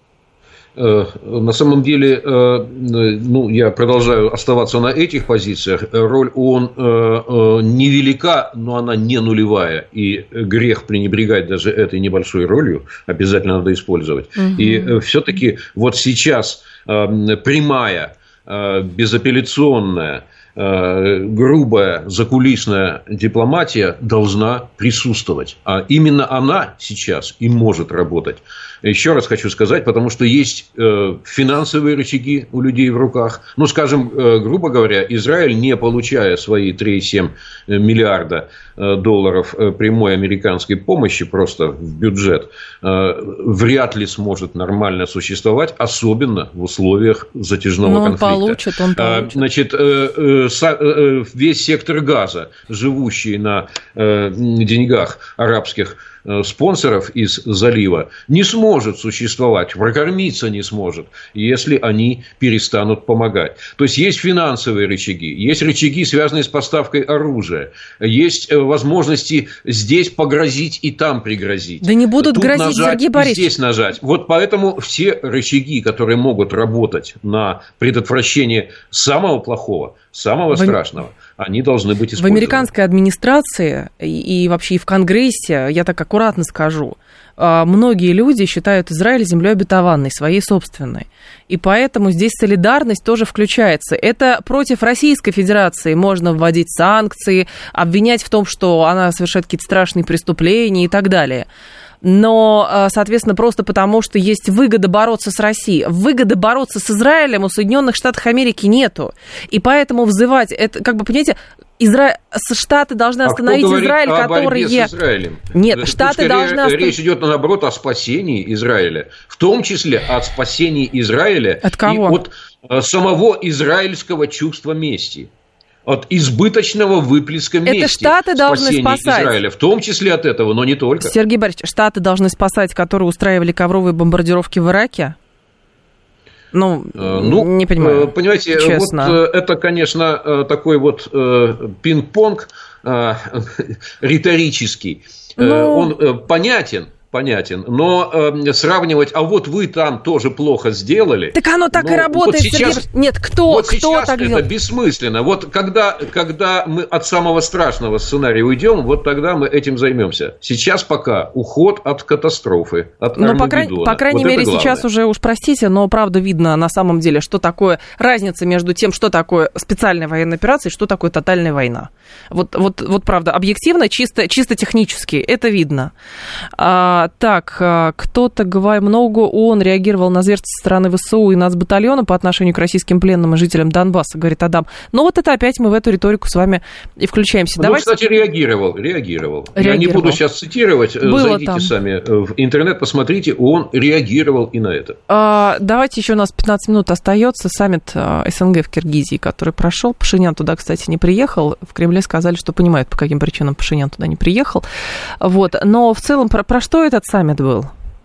S3: На самом деле, ну, я продолжаю оставаться на этих позициях. Роль ООН невелика, но она не нулевая. И грех пренебрегать даже этой небольшой ролью. Обязательно надо использовать. Угу. И все-таки вот сейчас прямая, безапелляционная, грубая закулисная дипломатия должна присутствовать. А именно она сейчас и может работать. Еще раз хочу сказать, потому что есть финансовые рычаги у людей в руках. Ну, скажем, грубо говоря, Израиль, не получая свои три целых семь десятых миллиарда долларов прямой американской помощи просто в бюджет, вряд ли сможет нормально существовать, особенно в условиях затяжного
S2: Но
S3: конфликта.
S2: Он получит, он получит.
S3: Значит, весь сектор Газа, живущий на деньгах арабских спонсоров из залива, не сможет существовать, прокормиться не сможет, если они перестанут помогать. То есть, есть финансовые рычаги, есть рычаги, связанные с поставкой оружия, есть возможности здесь погрозить и там пригрозить.
S2: Да не будут
S3: Тут
S2: грозить,
S3: нажать,
S2: Сергей Борисович.
S3: Здесь нажать. Вот поэтому все рычаги, которые могут работать на предотвращение самого плохого, самого Вы... страшного, они должны быть использованы.
S2: В американской администрации и, и вообще и в Конгрессе, я так аккуратно скажу, многие люди считают Израиль землей обетованной, своей собственной. И поэтому здесь солидарность тоже включается. Это против Российской Федерации можно вводить санкции, обвинять в том, что она совершает какие-то страшные преступления и так далее. Но, соответственно, просто потому, что есть выгода бороться с Россией. Выгоды бороться с Израилем у Соединенных Штатов Америки нету. И поэтому взывать, это, как бы, понимаете, Изра... Штаты должны остановить
S3: а
S2: Израиль,
S3: о
S2: которые...
S3: борьбе с Израилем?
S2: Нет,
S3: Тут
S2: Штаты должны остановить...
S3: Речь идет, наоборот, о спасении Израиля. В том числе о спасении Израиля
S2: от кого?
S3: И от самого израильского чувства мести. От избыточного выплеска мести.
S2: Это Штаты должны спасать.
S3: Израиля, в том числе от этого, но не только.
S2: Сергей Борисович, Штаты должны спасать, которые устраивали ковровые бомбардировки в Ираке? Ну, ну, не понимаю,
S3: понимаете,
S2: честно.
S3: Вот это, конечно, такой вот пинг-понг риторический. Ну... Он понятен. Понятен, но э, сравнивать, а вот вы там тоже плохо сделали.
S2: Так оно так
S3: ну,
S2: и работает.
S3: Вот сейчас,
S2: Сергей... Нет, кто,
S3: вот
S2: кто
S3: сейчас
S2: так
S3: это
S2: делает?
S3: Бессмысленно. Вот когда, когда мы от самого страшного сценария уйдем, вот тогда мы этим займемся. Сейчас пока уход от катастрофы, от
S2: ну, по, крайней, по крайней вот мере, сейчас уже, уж простите, но правда видно на самом деле, что такое разница между тем, что такое специальная военная операция и что такое тотальная война. Вот, вот, вот правда, объективно, чисто, чисто технически, это видно. А, так, кто-то, говоря много, ООН реагировал на зверство со стороны ВСУ и нацбатальона по отношению к российским пленным и жителям Донбасса, говорит Адам. Но вот это опять мы в эту риторику с вами и включаемся.
S3: Ну,
S2: Давайте...
S3: кстати, реагировал, реагировал.
S2: реагировал. Я
S3: не буду сейчас цитировать,
S2: Было
S3: зайдите
S2: там.
S3: сами в интернет, посмотрите, ООН реагировал и на это.
S2: А, давайте еще у нас пятнадцать минут остается. Саммит СНГ в Киргизии, который прошел. Пашинян туда, кстати, не приехал. В Кремле сказали, что понимают, по каким причинам Пашинян туда не приехал. Вот. Но в целом, про, про что этот саммит был?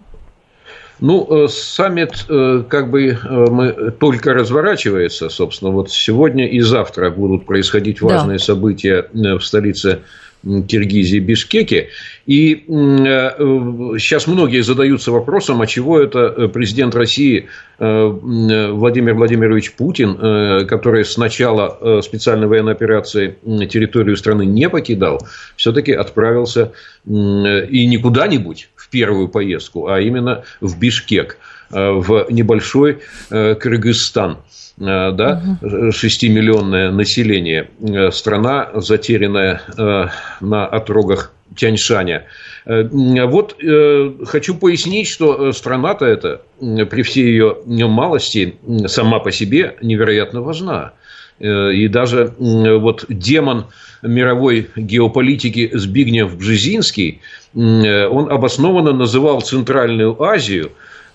S3: Ну, саммит как бы мы, только разворачивается, собственно. Вот сегодня и завтра будут происходить важные да. события в столице Киргизии, Бишкеке. И сейчас многие задаются вопросом, а чего это президент России Владимир Владимирович Путин, который с начала специальной военной операции территорию страны не покидал, все-таки отправился и не куда-нибудь в первую поездку, а именно в Бишкек, в небольшой Кыргызстан. Да, угу. шестимиллионное население, страна, затерянная на отрогах Тяньшаня. Вот хочу пояснить, что страна-то эта, при всей ее малости, сама по себе невероятно важна. И даже вот демон мировой геополитики Збигнев Бжезинский, он обоснованно называл Центральную Азию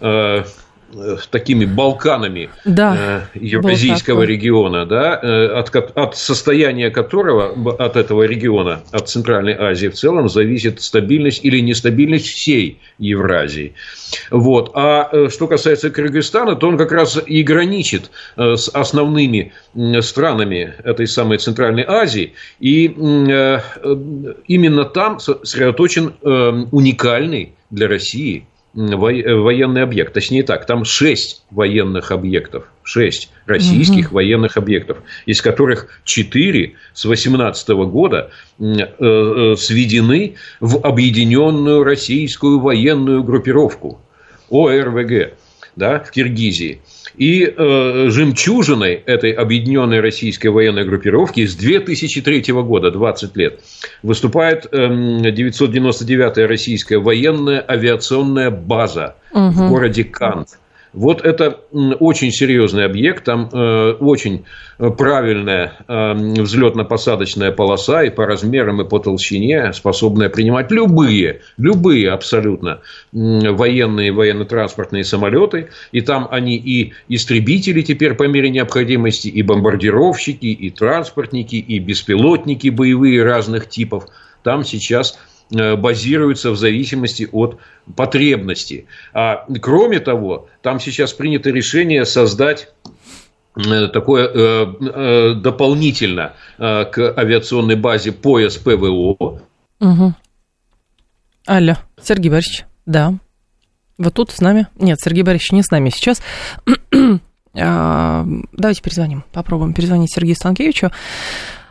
S3: такими Балканами да, э, Евразийского региона, да, э, от, от состояния которого, от этого региона, от Центральной Азии в целом, зависит стабильность или нестабильность всей Евразии. Вот. А э, что касается Кыргызстана, то он как раз и граничит э, с основными э, странами этой самой Центральной Азии, и э, э, именно там сосредоточен э, уникальный для России военный объект, точнее так, там шесть военных объектов, шесть российских угу. военных объектов, из которых четыре с восемнадцатого года э, э, сведены в объединенную российскую военную группировку ОРВГ, да, в Киргизии. И э, жемчужиной этой объединенной российской военной группировки с две тысячи третьего года, двадцать лет, выступает э, девятьсот девяносто девятая российская военная авиационная база угу. в городе Кант. Вот это очень серьезный объект, там э, очень правильная э, взлетно-посадочная полоса и по размерам, и по толщине, способная принимать любые, любые абсолютно военные, военно-транспортные самолеты. И там они и истребители теперь по мере необходимости, и бомбардировщики, и транспортники, и беспилотники боевые разных типов. Там сейчас базируются в зависимости от потребностей. А кроме того, там сейчас принято решение создать такое э, э, дополнительно э, к авиационной базе пояс ПВО.
S2: Угу. Алло, Сергей Борисович, да. Вы тут с нами? Нет, Сергей Борисович не с нами сейчас. Давайте перезвоним, попробуем перезвонить Сергею Станкевичу.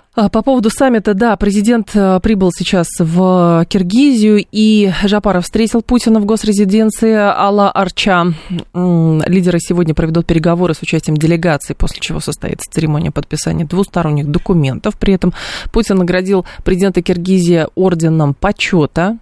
S2: По поводу саммита, да, президент прибыл сейчас в Киргизию, и Жапаров встретил Путина в госрезиденции Ала-Арча. Лидеры сегодня проведут переговоры с участием делегаций, после чего состоится церемония подписания двусторонних документов. При этом Путин наградил президента Киргизии орденом почета.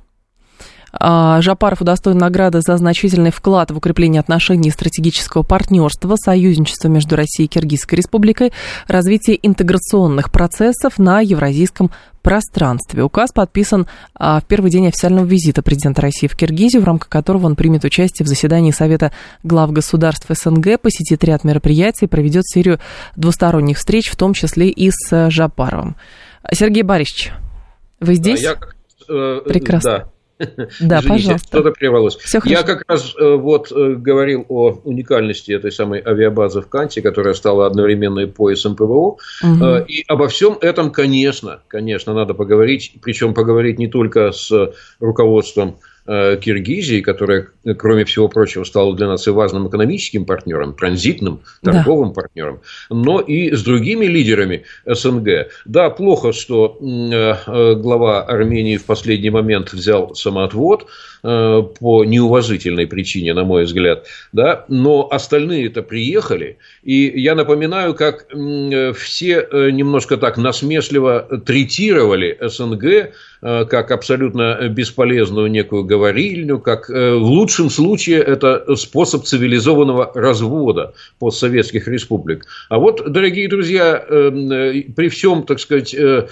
S2: Жапаров удостоен награды за значительный вклад в укрепление отношений и стратегического партнерства, союзничества между Россией и Киргизской республикой, развитие интеграционных процессов на евразийском пространстве. Указ подписан в первый день официального визита президента России в Киргизию, в рамках которого он примет участие в заседании Совета глав государств СНГ, посетит ряд мероприятий и проведет серию двусторонних встреч, в том числе и с Жапаровым. Сергей Борисович, вы здесь?
S3: Да, я, э,
S2: Прекрасно.
S3: Да.
S2: Да,
S3: Извините,
S2: пожалуйста.
S3: что-то прервалось.
S2: Все
S3: Я как раз э, вот э, говорил о уникальности этой самой авиабазы в Канте, которая стала одновременно и поясом ПВО. Угу. Э, и обо всем этом, конечно, конечно, надо поговорить. Причем поговорить не только с руководством Киргизии, которая, кроме всего прочего, стала для нас и важным экономическим партнером, транзитным, торговым да. партнером, но и с другими лидерами СНГ. Да, плохо, что глава Армении в последний момент взял самоотвод по неуважительной причине, на мой взгляд, да, но остальные-то приехали, и я напоминаю, как все немножко так насмешливо третировали СНГ как абсолютно бесполезную некую говорильню, как в лучшем случае это способ цивилизованного развода постсоветских республик. А вот, дорогие друзья, при всем, так сказать,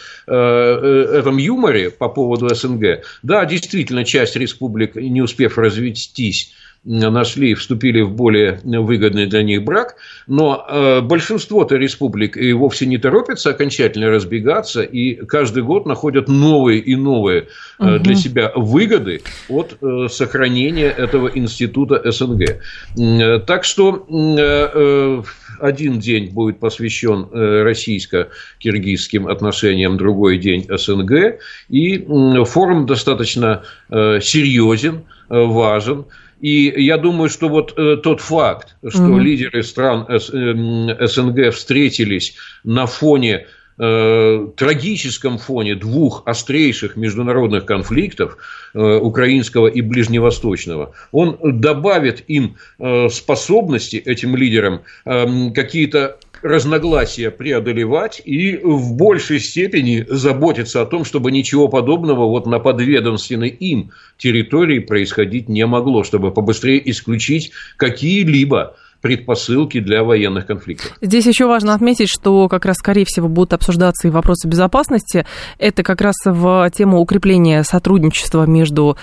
S3: этом юморе по поводу СНГ, да, действительно, часть республик, не успев развестись, нашли, вступили в более выгодный для них брак, но э, большинство-то республик и вовсе не торопятся окончательно разбегаться, и каждый год находят новые и новые э, угу. для себя выгоды от э, сохранения этого института СНГ. Э, так что э, э, один день будет посвящен э, российско-киргизским отношениям, другой день СНГ, и э, форум достаточно э, серьезен, э, важен. И я думаю, что вот э, тот факт, что mm-hmm. лидеры стран С, э, СНГ встретились на фоне, э, трагическом фоне двух острейших международных конфликтов, э, украинского и ближневосточного, он добавит им э, способности, этим лидерам, э, какие-то разногласия преодолевать и в большей степени заботиться о том, чтобы ничего подобного вот на подведомственной им территории происходить не могло, чтобы побыстрее исключить какие-либо предпосылки для военных конфликтов. Здесь еще важно отметить, что как раз, скорее всего, будут обсуждаться и вопросы безопасности. Это как раз в тему укрепления сотрудничества между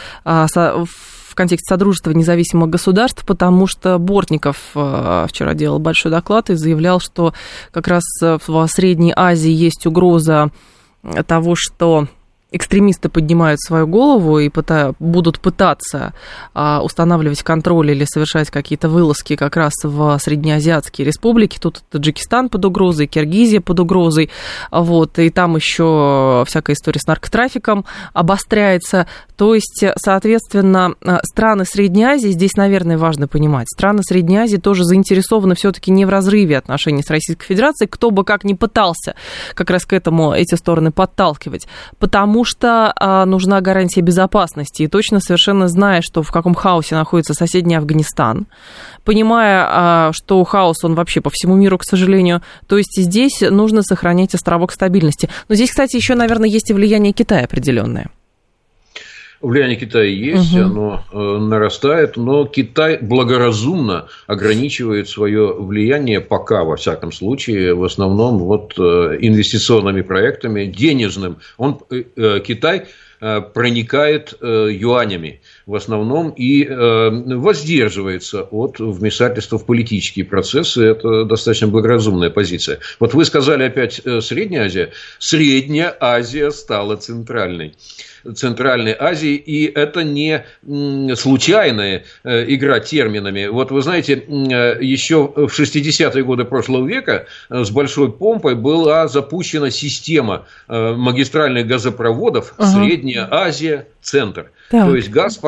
S3: в контексте Содружества независимых государств, потому что Бортников вчера делал большой доклад и заявлял, что как раз в Средней Азии есть угроза того, что экстремисты поднимают свою голову и пыта, будут пытаться а, устанавливать контроль или совершать какие-то вылазки как раз в среднеазиатские республики. Тут Таджикистан под угрозой, Киргизия под угрозой. Вот, и там еще всякая история с наркотрафиком обостряется. То есть, соответственно, страны Средней Азии, здесь, наверное, важно понимать, страны Средней Азии тоже заинтересованы все-таки не в разрыве отношений с Российской Федерацией, кто бы как ни пытался как раз к этому эти стороны подталкивать, потому что а, нужна гарантия безопасности. И точно совершенно зная, что в каком хаосе находится соседний Афганистан, понимая, а, что хаос, он вообще по всему миру, к сожалению, то есть здесь нужно сохранять островок стабильности. Но здесь, кстати, еще, наверное, есть и влияние Китая определенное. Влияние Китая есть, угу. оно э, нарастает, но Китай благоразумно ограничивает свое влияние пока, во всяком случае, в основном вот, э, инвестиционными проектами, денежным. Он, э, Китай э, проникает э, юанями в основном и э, воздерживается от вмешательства в политические процессы. Это достаточно благоразумная позиция. Вот вы сказали опять э, Средняя Азия. Средняя Азия стала центральной. Центральной Азии, и это не случайная игра терминами. Вот вы знаете, еще в шестидесятые годы прошлого века с большой помпой была запущена система магистральных газопроводов ага. Средняя Азия, центр. Так. То есть газ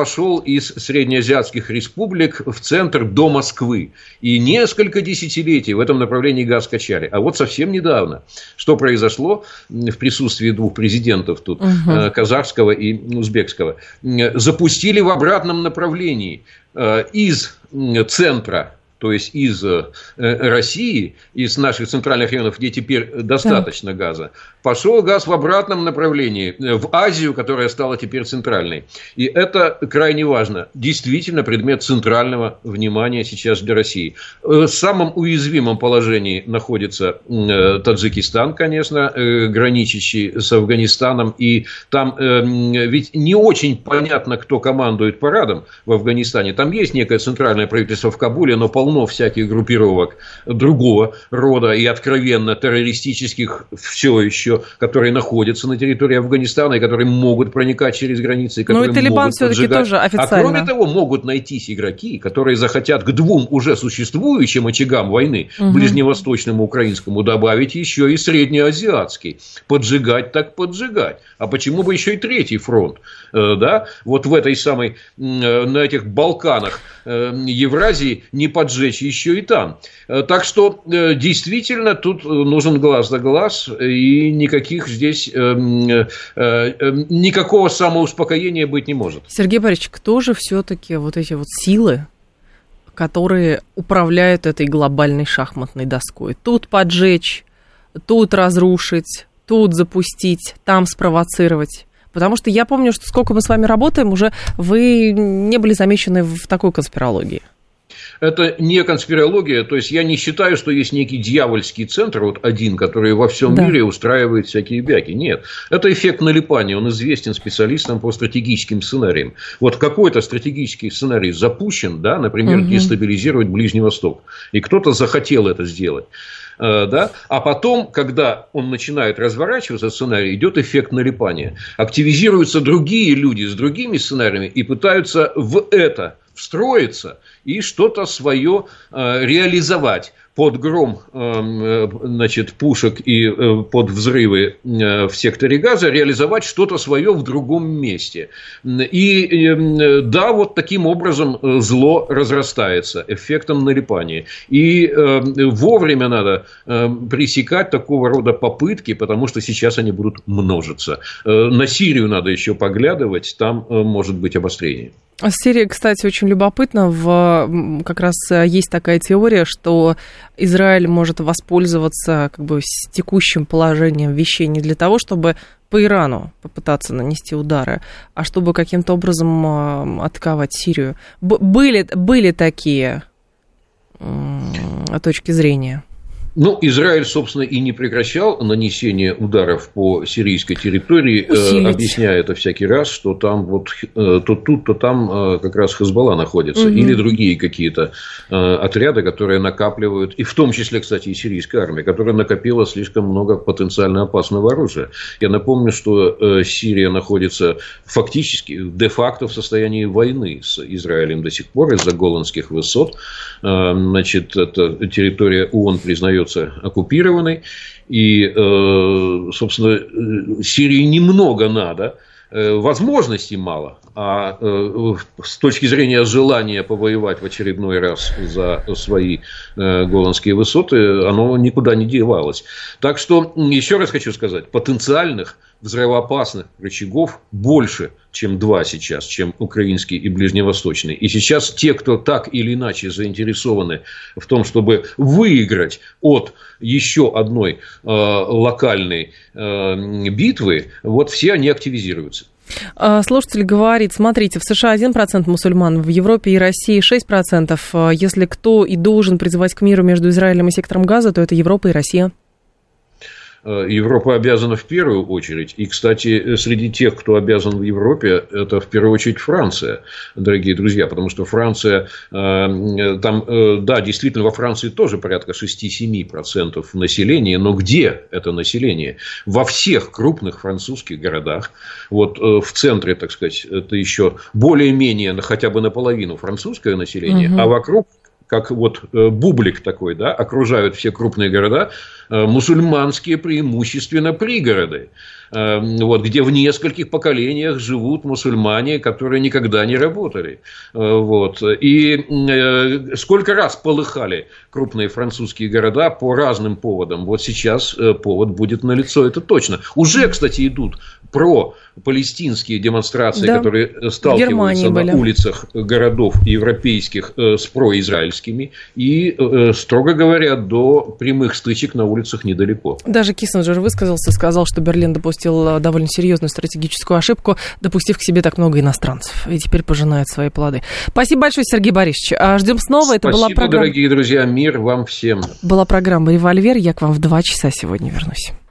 S3: пошел из среднеазиатских республик в центр до Москвы. И несколько десятилетий в этом направлении газ качали. А вот совсем недавно, что произошло в присутствии двух президентов тут, угу. казахского и узбекского, запустили в обратном направлении из центра, то есть из России, из наших центральных районов, где теперь достаточно да. газа, пошел газ в обратном направлении, в Азию, которая стала теперь центральной. И это крайне важно. Действительно, предмет центрального внимания сейчас для России. В самом уязвимом положении находится Таджикистан, конечно, граничащий с Афганистаном. И там ведь не очень понятно, кто командует парадом в Афганистане. Там есть некое центральное правительство в Кабуле, но полно всяких группировок другого рода и откровенно террористических все еще, которые находятся на территории Афганистана и которые могут проникать через границы.
S2: Ну и Талибан все-таки тоже официально.
S3: А кроме того, могут найтись игроки, которые захотят к двум уже существующим очагам войны, угу. ближневосточному, украинскому, добавить еще и среднеазиатский. Поджигать так поджигать. А почему бы еще и третий фронт? Да? Вот в этой самой, на этих Балканах Евразии не поджечь еще и там. Так что действительно тут нужен глаз за глаз, и никаких здесь никакого самоуспокоения быть не может.
S2: Сергей Борисович, кто же все-таки вот эти вот силы, которые управляют этой глобальной шахматной доской? Тут поджечь, тут разрушить, тут запустить, там спровоцировать. Потому что я помню, что сколько мы с вами работаем, уже вы не были замечены в такой конспирологии.
S3: Это не конспирология, то есть я не считаю, что есть некий дьявольский центр, вот один, который во всем да. мире устраивает всякие бяки. Нет, это эффект налипания, он известен специалистам по стратегическим сценариям. Вот какой-то стратегический сценарий запущен, да, например, угу. дестабилизировать Ближний Восток, и кто-то захотел это сделать. Да? А потом, когда он начинает разворачиваться, сценарий, идет эффект налипания. Активизируются другие люди с другими сценариями и пытаются в это встроиться и что-то свое э, реализовать под гром э, значит, пушек и э, под взрывы э, в секторе Газа, реализовать что-то свое в другом месте. И э, да, вот таким образом зло разрастается эффектом налипания. И э, вовремя надо э, пресекать такого рода попытки, потому что сейчас они будут множиться. Э, на Сирию надо еще поглядывать, там э, может быть обострение.
S2: Сирия, кстати, очень любопытна. В, как раз есть такая теория, что Израиль может воспользоваться как бы текущим положением вещей не для того, чтобы по Ирану попытаться нанести удары, а чтобы каким-то образом атаковать Сирию. Б- были, были такие м- точки зрения.
S3: Ну, Израиль, собственно, и не прекращал нанесение ударов по сирийской территории, Усилить. объясняя это всякий раз, что там вот то тут, то там как раз Хезболла находится, угу. или другие какие-то отряды, которые накапливают, и в том числе, кстати, и сирийская армия, которая накопила слишком много потенциально опасного оружия. Я напомню, что Сирия находится фактически, де-факто в состоянии войны с Израилем до сих пор из-за Голанских высот. Значит, эта территория ООН признает оккупированной, и, собственно, Сирии немного надо, возможностей мало, а с точки зрения желания повоевать в очередной раз за свои Голанские высоты, оно никуда не девалось. Так что, еще раз хочу сказать, потенциальных взрывоопасных рычагов больше, чем два сейчас, чем украинский и ближневосточный. И сейчас те, кто так или иначе заинтересованы в том, чтобы выиграть от еще одной э, локальной э, битвы, вот все они активизируются.
S2: Слушатель говорит, смотрите, в США один процент мусульман, в Европе и России шесть процентов. Если кто и должен призывать к миру между Израилем и сектором Газа, то это Европа и Россия.
S3: Европа обязана в первую очередь. И, кстати, среди тех, кто обязан в Европе, это в первую очередь Франция, дорогие друзья. Потому что Франция, там, да, действительно, во Франции тоже порядка шесть-семь процентов населения. Но где это население? Во всех крупных французских городах. Вот в центре, так сказать, это еще более-менее хотя бы наполовину французское население. Угу. А вокруг, как вот бублик такой, да, окружают все крупные города, мусульманские преимущественно пригороды, вот, где в нескольких поколениях живут мусульмане, которые никогда не работали. Вот. И сколько раз полыхали крупные французские города по разным поводам. Вот сейчас повод будет налицо, это точно. Уже, кстати, идут про-палестинские демонстрации, да, которые сталкиваются на улицах городов европейских с произраильскими. И, строго говоря, до прямых стычек на улицах недалеко.
S2: Даже Киссинджер высказался, сказал, что Берлин допустил довольно серьезную стратегическую ошибку, допустив к себе так много иностранцев. И теперь пожинает свои плоды. Спасибо большое, Сергей Борисович. Ждем снова.
S3: Спасибо,
S2: это была программа...
S3: дорогие друзья. Мир вам всем.
S2: Была программа «Револьвер». Я к вам в два часа сегодня вернусь.